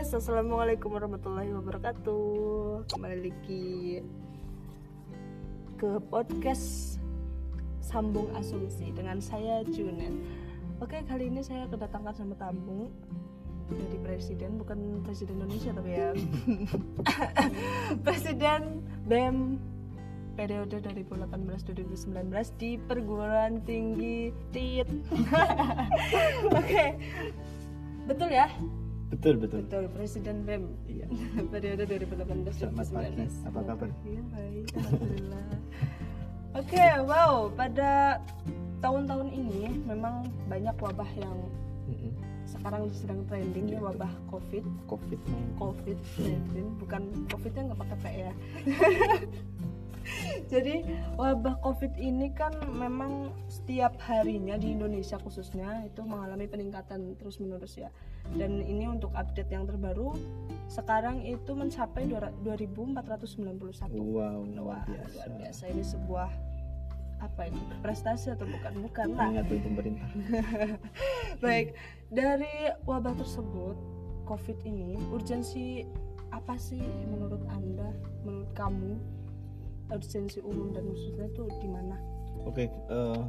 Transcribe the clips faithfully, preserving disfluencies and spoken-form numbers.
guys, assalamualaikum warahmatullahi wabarakatuh. Kembali lagi ke podcast Sambung Asumsi dengan saya Junet. Oke, kali ini saya kedatangan sama tamu dari presiden, bukan presiden Indonesia tapi ya presiden B E M periode dua ribu delapan belas sampai dua ribu sembilan belas di perguruan tinggi T I T. Oke, betul ya? Betul, betul. Betul, Presiden B E M. Iya. Periode dua ribu delapan belas sampai dua ribu sembilan belas. Selamat pagi. Apa kabar? Iya, baik. Alhamdulillah. Oke, wow, pada tahun-tahun ini memang banyak wabah yang Mm-mm. sekarang sedang trending ya, wabah COVID. COVID. COVID sembilan belas, bukan COVID-nya nggak pakai P ya. Jadi wabah COVID ini kan memang setiap harinya di Indonesia khususnya itu mengalami peningkatan terus menerus ya. Dan ini untuk update yang terbaru sekarang itu mencapai dua ribu empat ratus sembilan puluh satu. Wow, Wah, luar biasa. luar biasa. Ini sebuah apa ini? Prestasi atau bukan? Bukan lah. Mengakui pemerintah. Baik, dari wabah tersebut COVID ini urgensi apa sih menurut Anda, menurut kamu? Urgensi umum dan khususnya itu di mana? Oke, uh,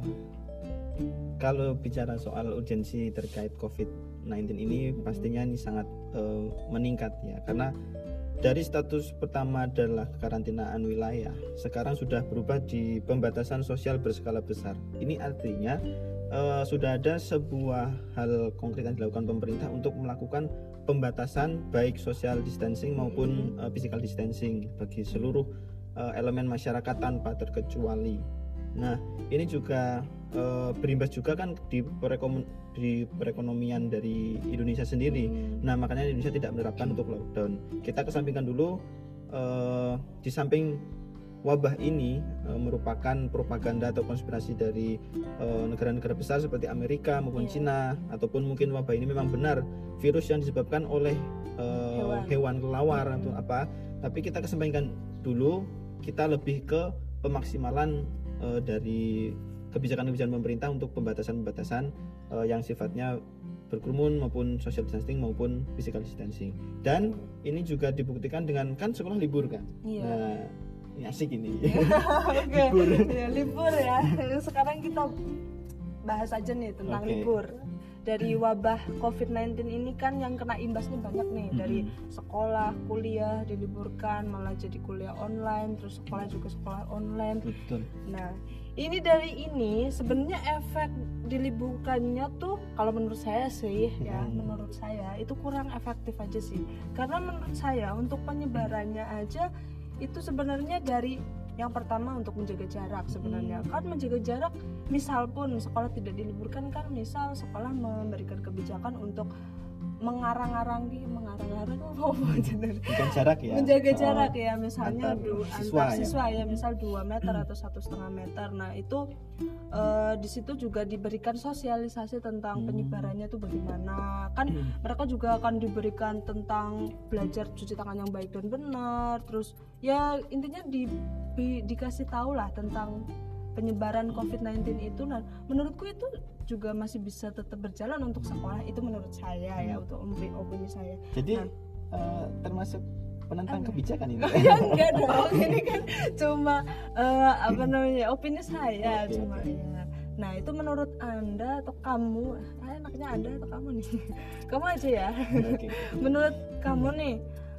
kalau bicara soal urgensi terkait covid sembilan belas ini hmm. pastinya ini sangat uh, meningkat ya, karena dari status pertama adalah kekarantinaan wilayah, sekarang sudah berubah di pembatasan sosial berskala besar. Ini artinya uh, sudah ada sebuah hal konkret yang dilakukan pemerintah untuk melakukan pembatasan baik social distancing maupun uh, physical distancing bagi seluruh uh, elemen masyarakat tanpa terkecuali. Nah, ini juga uh, berimbas juga kan di, perekom- di perekonomian dari Indonesia sendiri. Nah, makanya Indonesia tidak menerapkan untuk lockdown. Kita kesampingkan dulu, uh, di samping wabah ini uh, merupakan propaganda atau konspirasi dari uh, negara-negara besar seperti Amerika maupun yeah. Cina, ataupun mungkin wabah ini memang benar virus yang disebabkan oleh uh, hewan. hewan kelelawar hmm. atau apa. Tapi kita kesampingkan dulu, kita lebih ke pemaksimalan uh, dari kebijakan-kebijakan pemerintah untuk pembatasan-pembatasan uh, yang sifatnya berkerumun maupun social distancing maupun physical distancing. Dan ini juga dibuktikan dengan kan sekolah libur kan. Iya. Nah, ini asik ini. Oke. libur. Ya, libur ya. Sekarang kita bahas aja nih tentang okay. libur. Dari wabah covid sembilan belas ini kan yang kena imbasnya banyak nih, mm-hmm. dari sekolah, kuliah diliburkan, malah jadi kuliah online, terus sekolah juga sekolah online. Betul. Nah, ini dari ini sebenarnya efek diliburkannya tuh kalau menurut saya sih mm-hmm. ya, menurut saya itu kurang efektif aja sih. Karena menurut saya untuk penyebarannya aja itu sebenarnya dari yang pertama untuk menjaga jarak sebenarnya. Hmm. Kan menjaga jarak, misal pun sekolah tidak diliburkan kan, misal sekolah memberikan kebijakan untuk mengarang-arangi, mengarang-arang apa menjaga jarak ya. Menjaga jarak ya, misalnya antar du, siswa, antar siswa ya. ya, misal dua meter atau satu setengah meter. Nah itu uh, di situ juga diberikan sosialisasi tentang hmm. penyebarannya tuh bagaimana. Kan hmm. mereka juga akan diberikan tentang belajar cuci tangan yang baik dan benar. Terus ya intinya di, di dikasih tahu lah tentang penyebaran covid sembilan belas itu. Nah menurutku itu juga masih bisa tetap berjalan untuk sekolah, itu menurut saya ya, untuk opini saya. Jadi nah, uh, termasuk penentang uh, kebijakan ini? Ya enggak dong, ini kan cuma uh, apa namanya opini saya, okay, cuma okay. ya. Nah itu menurut Anda atau kamu, ah, enaknya Anda atau kamu nih, kamu aja ya. Okay. Menurut kamu nih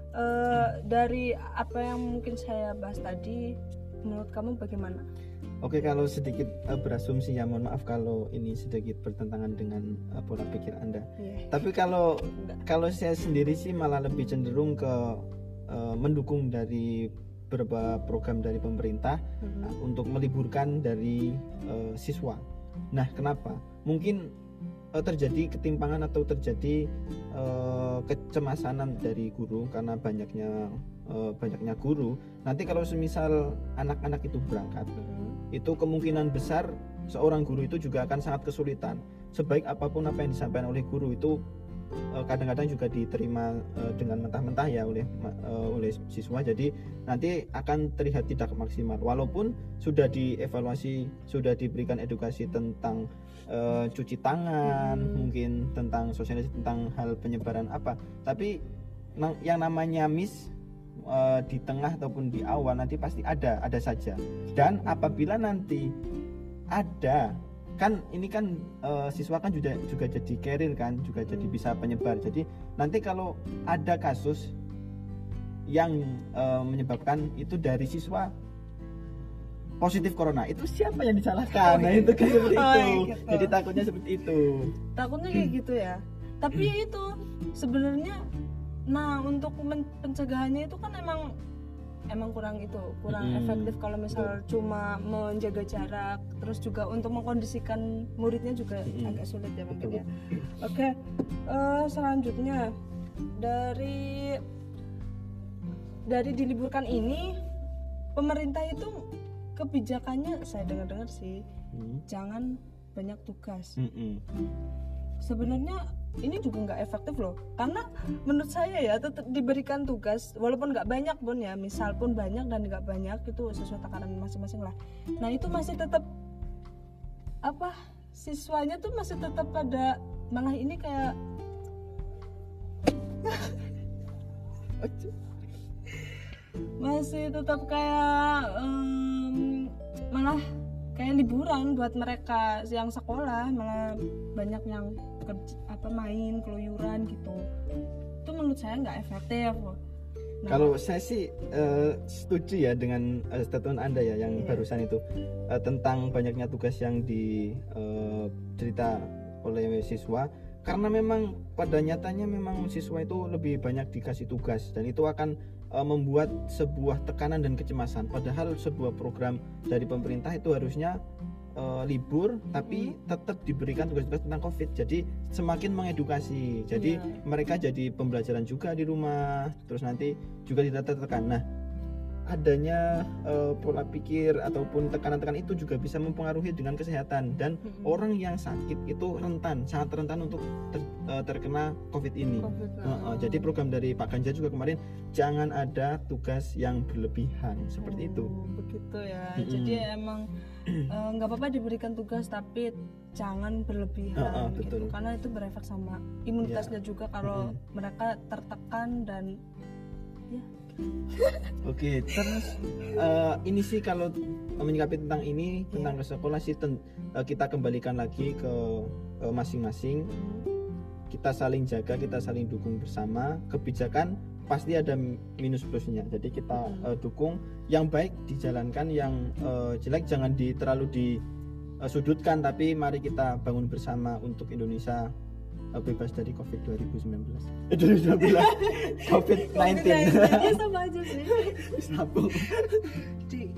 uh, dari apa yang mungkin saya bahas tadi, menurut kamu bagaimana? Oke, kalau sedikit uh, berasumsi ya, mohon maaf kalau ini sedikit bertentangan dengan uh, pola pikir Anda. Yeah. Tapi kalau kalau saya sendiri sih malah lebih cenderung ke uh, mendukung dari beberapa program dari pemerintah mm-hmm. uh, untuk meliburkan dari uh, siswa. Nah, kenapa? Mungkin uh, terjadi ketimpangan atau terjadi uh, kecemasan dari guru karena banyaknya uh, banyaknya guru. Nanti kalau semisal anak-anak itu berangkat, mm-hmm. itu kemungkinan besar seorang guru itu juga akan sangat kesulitan. Sebaik apapun apa yang disampaikan oleh guru itu uh, kadang-kadang juga diterima uh, dengan mentah-mentah ya oleh uh, oleh siswa. Jadi nanti akan terlihat tidak maksimal. Walaupun sudah dievaluasi, sudah diberikan edukasi tentang uh, cuci tangan, hmm. mungkin tentang sosialisasi tentang hal penyebaran apa, tapi nang- yang namanya miss uh, di tengah ataupun di awal nanti pasti ada ada saja. Dan apabila nanti ada, kan ini kan uh, siswa kan juga juga jadi carrier kan, juga jadi bisa penyebar. Jadi nanti kalau ada kasus yang uh, menyebabkan itu dari siswa positif corona, itu siapa yang disalahkan? Nah itu kan seperti Oh, itu. gitu. Jadi takutnya seperti itu. Takutnya kayak gitu ya. Tapi ya itu sebenarnya, nah untuk men- pencegahannya itu kan emang emang kurang itu, kurang Mm-mm. efektif kalau misal cuma menjaga jarak, terus juga untuk mengkondisikan muridnya juga Mm-mm. agak sulit ya mungkin Betul. ya. Oke, eh, selanjutnya dari dari diliburkan ini, pemerintah itu kebijakannya saya dengar-dengar sih Hmm. jangan banyak tugas. Mm-mm. Sebenarnya ini juga nggak efektif loh, karena menurut saya ya tetap diberikan tugas walaupun nggak banyak pun ya, misal pun banyak dan nggak banyak itu sesuai takaran masing-masing lah. Nah itu masih tetap apa, siswanya tuh masih tetap pada malah ini kayak masih tetap kayak em, malah kayak liburan buat mereka yang sekolah, malah banyak yang kerja, apa main keluyuran gitu. Itu menurut saya nggak efektif. Nah, Kalau saya sih eh, setuju ya dengan eh, statement Anda ya yang Iya. barusan itu eh, tentang banyaknya tugas yang dicerita oleh siswa, karena memang pada nyatanya memang siswa itu lebih banyak dikasih tugas dan itu akan eh, membuat sebuah tekanan dan kecemasan. Padahal sebuah program dari pemerintah itu harusnya eh, libur tapi tetap diberikan tugas-tugas tentang COVID. Jadi semakin mengedukasi. Jadi Iya. mereka jadi pembelajaran juga di rumah. Terus nanti juga tidak tertekan. Nah, adanya eh, pola pikir ataupun tekanan-tekanan itu juga bisa mempengaruhi dengan kesehatan dan Mm-mm. orang yang sakit itu rentan, sangat rentan untuk ter- eh, terkena COVID ini. COVID, Eh, eh, jadi program dari Pak Ganjar juga kemarin jangan ada tugas yang berlebihan seperti itu. Oh, begitu ya. Mm-mm. Jadi emang eh, nggak apa-apa diberikan tugas tapi jangan berlebihan Ah, ah, gitu, betul. karena itu berefek sama imunitasnya juga kalau Mm-mm. mereka tertekan dan ya. Oke, terus eh, ini sih kalau menyikapi tentang ini tentang ke sekolah sih ten- eh, kita kembalikan lagi ke eh, masing-masing. Kita saling jaga, kita saling dukung bersama. Kebijakan pasti ada minus plusnya. Jadi kita Hmm. eh, dukung yang baik dijalankan, yang eh, jelek jangan di, terlalu disudutkan. Tapi mari kita bangun bersama untuk Indonesia eh, bebas dari COVID dua ribu sembilan belas. Eh, dua ribu sembilan belas. COVID sembilan belas. Ya sama aja sih. Sambung. Di-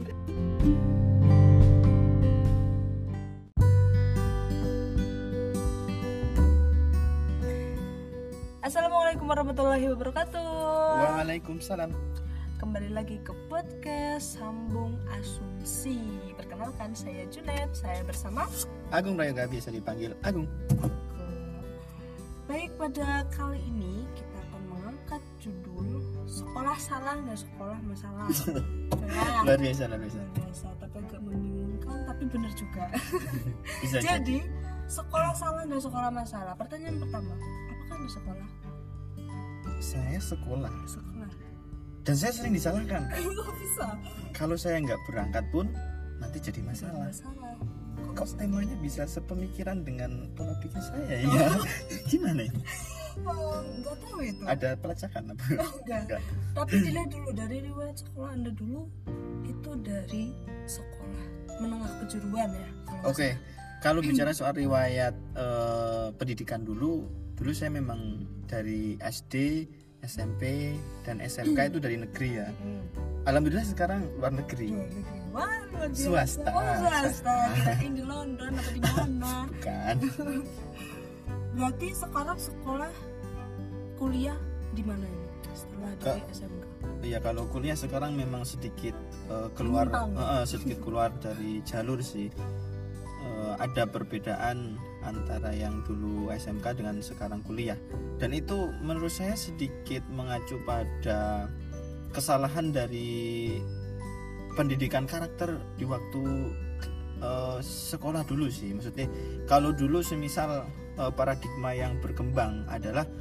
Assalamualaikum warahmatullahi wabarakatuh. Waalaikumsalam. Kembali lagi ke podcast Sambung Asumsi. Perkenalkan, saya Junet. Saya bersama Agung Prayoga, biasa dipanggil Agung. Baik, pada kali ini kita akan mengangkat judul sekolah salah dan sekolah masalah. Nah, Luar biasa, luar biasa. luar biasa, tapi agak membingungkan, tapi benar juga. Bisa jadi. Jadi, sekolah salah dan sekolah masalah. Pertanyaan pertama, apakah Anda sekolah? Saya sekolah Sekolah. dan saya sering disalahkan. Kok bisa? Kalau saya nggak berangkat pun nanti jadi masalah. Masalah. Kok temanya bisa sepemikiran dengan pola pikir saya ya? Gimana ini? Oh, nggak tahu itu. Ada pelacakan apa? Oh, enggak. Enggak. Tapi dilihat dulu dari riwayat sekolah Anda dulu, itu dari sekolah menengah kejuruan ya. kalau Oke, kalau bicara soal riwayat eh, pendidikan dulu, dulu saya memang dari S D, S M P, dan S M K itu dari negeri ya. Hmm. Alhamdulillah sekarang luar negeri. Luar negeri. Wah, luar biasa. Swasta. Oh, swasta. Kirain di London atau di mana. Bukan. Berarti sekarang sekolah kuliah di mana ini? Setelah dari Ke- S M K. Ya kalau kuliah sekarang memang sedikit eh, keluar, Menyimpang. eh, eh, sedikit keluar dari jalur sih. Eh, ada perbedaan antara yang dulu S M K dengan sekarang kuliah. Dan itu menurut saya sedikit mengacu pada kesalahan dari pendidikan karakter di waktu eh, sekolah dulu sih. Maksudnya kalau dulu semisal eh, paradigma yang berkembang adalah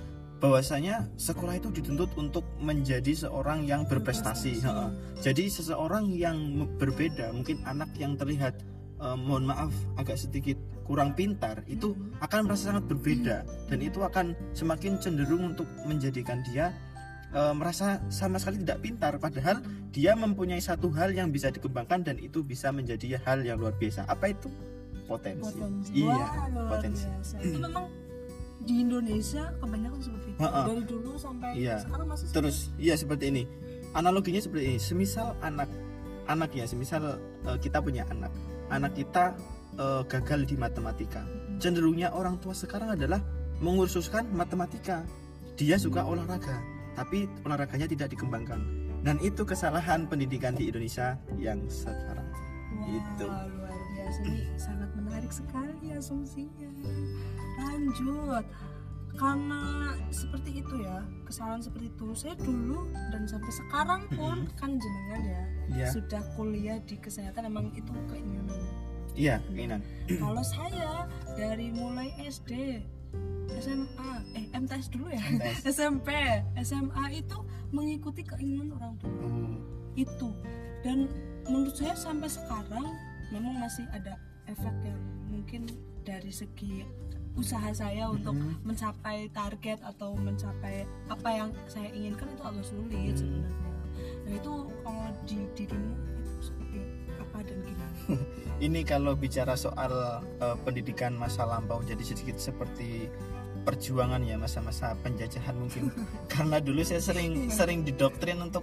bahwasanya sekolah itu dituntut untuk menjadi seorang yang berprestasi. Heeh. Jadi seseorang yang berbeda, mungkin anak yang terlihat eh, mohon maaf agak sedikit kurang pintar, itu akan merasa sangat berbeda, dan itu akan semakin cenderung untuk menjadikan dia eh, merasa sama sekali tidak pintar, padahal dia mempunyai satu hal yang bisa dikembangkan dan itu bisa menjadi hal yang luar biasa. Apa itu? Potensi. Potensi. Iya, Wah, luar potensi. biasa. Itu memang di Indonesia kebanyakan seperti itu. Ha-ha. Dari dulu sampai Iya. sekarang masih seperti Terus iya seperti ini. Analoginya seperti ini. Semisal anak anak ya, semisal uh, kita punya anak. Anak kita uh, gagal di matematika. Cenderungnya orang tua sekarang adalah mengursuskan matematika. Dia suka olahraga, tapi olahraganya tidak dikembangkan. Dan itu kesalahan pendidikan di Indonesia yang sekarang. Wah, Itu. luar biasa, ini sangat menarik sekali asumsinya. Lanjut, karena seperti itu ya, kesalahan seperti itu saya dulu dan sampai sekarang pun kan jenengan ya Iya. sudah kuliah di kesehatan, emang itu keinginan. Iya, keinginan. Kalau saya dari mulai S D, S M A, eh M T S dulu ya, M T S. S M P, S M A itu mengikuti keinginan orang tua Oh, itu, dan menurut saya sampai sekarang memang masih ada efek yang mungkin dari segi usaha saya untuk Mhm. mencapai target atau mencapai apa yang saya inginkan itu agak sulit Mhm. sebenarnya. Nah itu kalau di dirimu itu seperti apa dan gimana? Ini kalau bicara soal uh, pendidikan masa lampau, jadi sedikit seperti perjuangan ya, masa-masa penjajahan mungkin. Karena dulu saya sering sering didoktrin untuk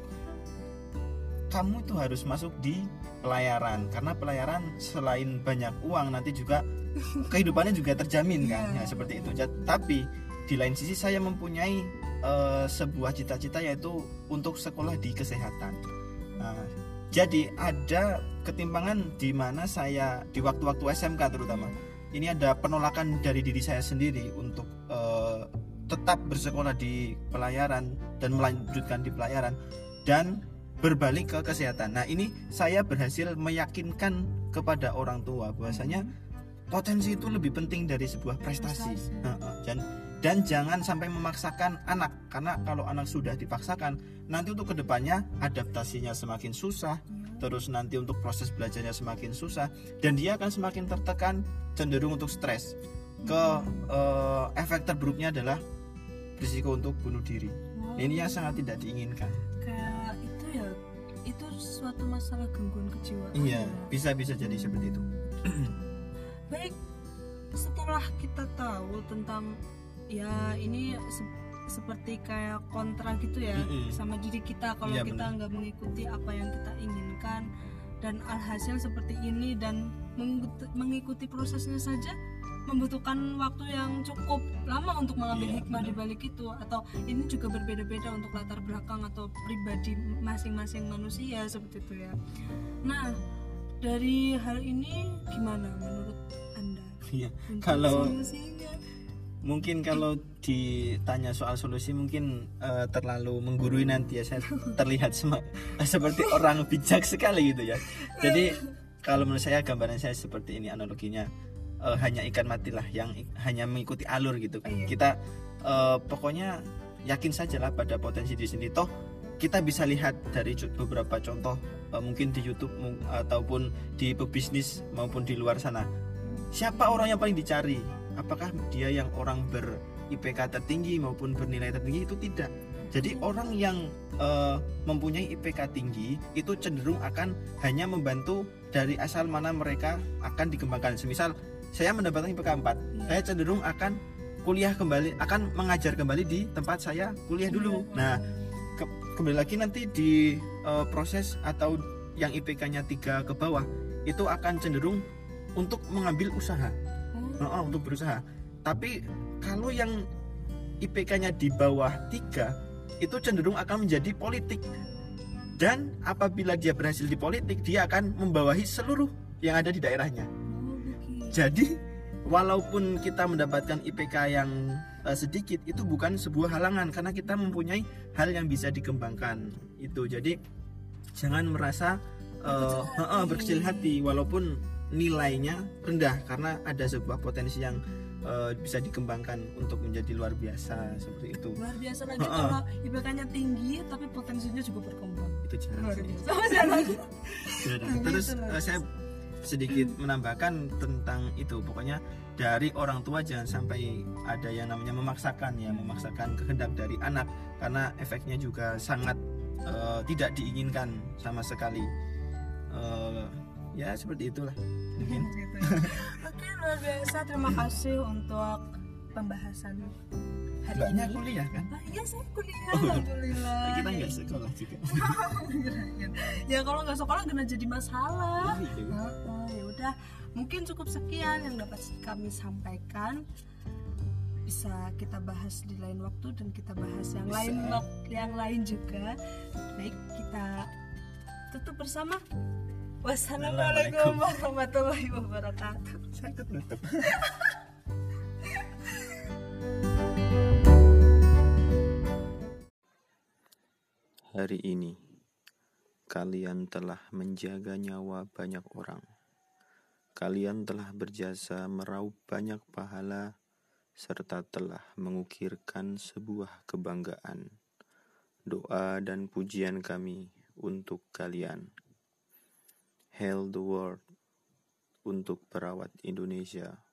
kamu itu harus masuk di pelayaran, karena pelayaran selain banyak uang nanti juga kehidupannya juga terjamin kan, ya seperti itu. Ja- Tapi di lain sisi saya mempunyai uh, sebuah cita-cita, yaitu untuk sekolah di kesehatan. Nah, jadi ada ketimpangan di mana saya di waktu-waktu S M K terutama. Ini ada penolakan dari diri saya sendiri untuk uh, tetap bersekolah di pelayaran dan melanjutkan di pelayaran dan berbalik ke kesehatan. Nah, ini saya berhasil meyakinkan kepada orang tua bahwasanya potensi itu lebih penting dari sebuah prestasi. Prestasi. Heeh. Dan dan jangan sampai memaksakan anak, karena kalau anak sudah dipaksakan, nanti untuk kedepannya adaptasinya semakin susah, terus nanti untuk proses belajarnya semakin susah, dan dia akan semakin tertekan, cenderung untuk stres. Ke eh, efek terburuknya adalah risiko untuk bunuh diri. Ini yang sangat tidak diinginkan. Kayak itu ya, itu suatu masalah gangguan kejiwaan. Iya, ya. bisa bisa jadi seperti itu. Baik, setelah kita tahu tentang ya ini se- seperti kayak kontra gitu ya Mm-mm. sama diri kita kalau Iya, kita nggak mengikuti apa yang kita inginkan, dan alhasil seperti ini, dan mengikuti, mengikuti prosesnya saja membutuhkan waktu yang cukup lama untuk mengambil Iya, hikmah benar. di balik itu. Atau ini juga berbeda-beda untuk latar belakang atau pribadi masing-masing manusia seperti itu ya. Nah, dari hal ini gimana menurut Anda? Iya. Untuk Kalau solusinya? mungkin kalau ditanya soal solusi mungkin eh, terlalu menggurui nanti ya, saya terlihat sema- seperti orang bijak sekali gitu ya. Jadi kalau menurut saya gambaran saya seperti ini analoginya, eh, hanya ikan mati lah yang ik- hanya mengikuti alur gitu kan. Iya. Kita eh, pokoknya yakin sajalah pada potensi di sini, toh kita bisa lihat dari cu- beberapa contoh eh, mungkin di YouTube mu- ataupun di pebisnis maupun di luar sana. Siapa orang yang paling dicari? Apakah dia yang orang ber I P K tertinggi maupun bernilai tertinggi? Itu tidak. Jadi orang yang eh, mempunyai I P K tinggi itu cenderung akan hanya membantu dari asal mana mereka akan dikembangkan. Semisal saya mendapatkan I P K empat, Iya. saya cenderung akan kuliah kembali, akan mengajar kembali di tempat saya kuliah dulu. Nah, ke- kembali lagi nanti di eh, proses atau yang I P K-nya tiga ke bawah itu akan cenderung untuk mengambil usaha. Oh, Oh, untuk berusaha. Tapi kalau yang I P K-nya di bawah tiga itu cenderung akan menjadi politik. Dan apabila dia berhasil di politik, dia akan membawahi seluruh yang ada di daerahnya. oh, begitu. Jadi walaupun kita mendapatkan I P K yang eh, sedikit, itu bukan sebuah halangan karena kita mempunyai hal yang bisa dikembangkan. Itu. Jadi jangan merasa eh, eh, berkecil hati walaupun nilainya rendah karena ada sebuah potensi yang uh, bisa dikembangkan untuk menjadi luar biasa seperti itu. Luar biasa lagi Uh-uh. kalau I P K-nya tinggi tapi potensinya juga berkembang. Itu jarang Luar sih. biasa. Oh, jarang. Jarang. Terus Gitu loh. uh, saya sedikit menambahkan tentang itu, pokoknya dari orang tua jangan sampai ada yang namanya memaksakan ya, memaksakan kehendak dari anak karena efeknya juga sangat uh, tidak diinginkan sama sekali. Uh, ya seperti itulah mungkin. Gitu ya. Oke, luar biasa. Terima kasih untuk pembahasan hari Mbaknya ini. kuliah kan? Ah, iya, saya kuliah. Alhamdulillah. Kita nggak sekolah juga. Ya kalau nggak sekolah gak jadi masalah. Oh, iya. Oh, ya udah, mungkin cukup sekian yang dapat kami sampaikan. Bisa kita bahas di lain waktu dan kita bahas yang Bisa. lain yang lain juga. Baik, kita tutup bersama. Wassalamualaikum warahmatullahi wabarakatuh. Saya tutup. Hari ini, kalian telah menjaga nyawa banyak orang. Kalian telah berjasa meraup banyak pahala, serta telah mengukirkan sebuah kebanggaan. Doa dan pujian kami untuk kalian. Hail the world untuk perawat Indonesia.